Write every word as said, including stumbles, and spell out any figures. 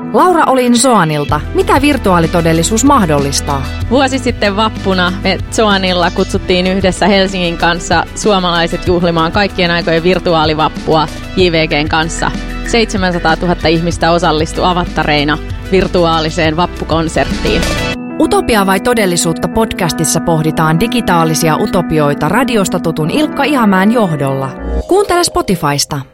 Laura Olin Zoanilta. Mitä virtuaalitodellisuus mahdollistaa? Vuosi sitten vappuna me Zoanilla kutsuttiin yhdessä Helsingin kanssa suomalaiset juhlimaan kaikkien aikojen virtuaalivappua J V G:n kanssa. seitsemänsataatuhatta ihmistä osallistui avattareina virtuaaliseen vappukonserttiin. Utopia vai todellisuutta podcastissa pohditaan digitaalisia utopioita radiosta tutun Ilkka Ihamäen johdolla. Kuuntele Spotifysta.